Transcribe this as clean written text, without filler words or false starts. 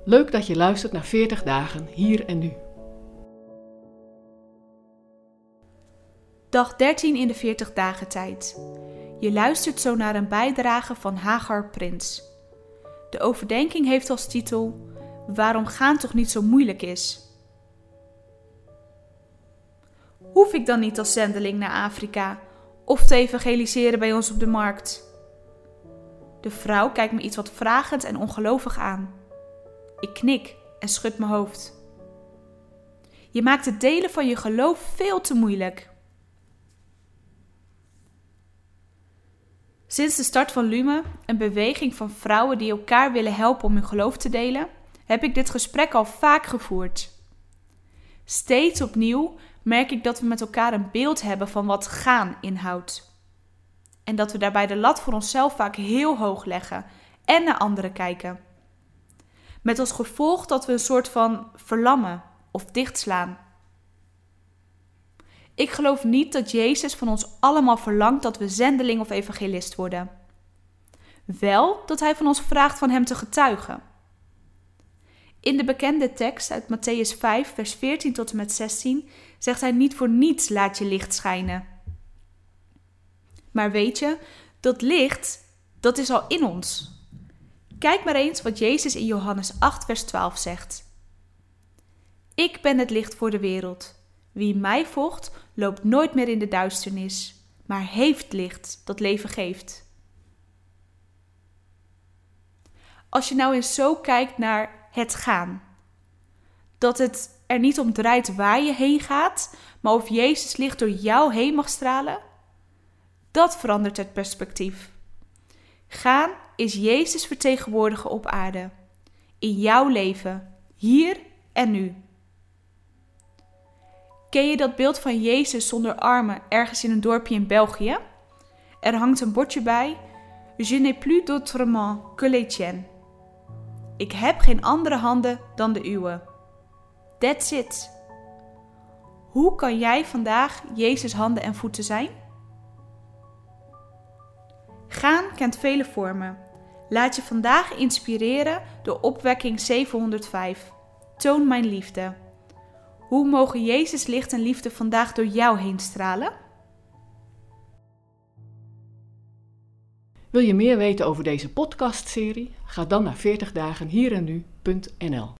Leuk dat je luistert naar 40 dagen hier en nu. Dag 13 in de 40 dagen tijd. Je luistert zo naar een bijdrage van Hagar Prins. De overdenking heeft als titel: Waarom gaan toch niet zo moeilijk is? Hoef ik dan niet als zendeling naar Afrika of te evangeliseren bij ons op de markt? De vrouw kijkt me iets wat vragend en ongelovig aan. Ik knik en schud mijn hoofd. Je maakt het delen van je geloof veel te moeilijk. Sinds de start van Lume, een beweging van vrouwen die elkaar willen helpen om hun geloof te delen, heb ik dit gesprek al vaak gevoerd. Steeds opnieuw merk ik dat we met elkaar een beeld hebben van wat gaan inhoudt. En dat we daarbij de lat voor onszelf vaak heel hoog leggen en naar anderen kijken. Met als gevolg dat we een soort van verlammen of dichtslaan. Ik geloof niet dat Jezus van ons allemaal verlangt dat we zendeling of evangelist worden. Wel dat hij van ons vraagt van hem te getuigen. In de bekende tekst uit Mattheüs 5 vers 14 tot en met 16 zegt hij niet voor niets laat je licht schijnen. Maar weet je, dat licht, dat is al in ons. Kijk maar eens wat Jezus in Johannes 8 vers 12 zegt. Ik ben het licht voor de wereld. Wie mij volgt, loopt nooit meer in de duisternis, maar heeft licht dat leven geeft. Als je nou eens zo kijkt naar het gaan, dat het er niet om draait waar je heen gaat, maar of Jezus licht door jou heen mag stralen, dat verandert het perspectief. Gaan is Jezus vertegenwoordigen op aarde, in jouw leven, hier en nu. Ken je dat beeld van Jezus zonder armen ergens in een dorpje in België? Er hangt een bordje bij: Je n'ai plus d'autres mains que les tiennes. Ik heb geen andere handen dan de uwe. That's it. Hoe kan jij vandaag Jezus' handen en voeten zijn? Gaan kent vele vormen. Laat je vandaag inspireren door opwekking 705. Toon mijn liefde. Hoe mogen Jezus licht en liefde vandaag door jou heen stralen? Wil je meer weten over deze podcastserie? Ga dan naar 40dagenhierennu.nl.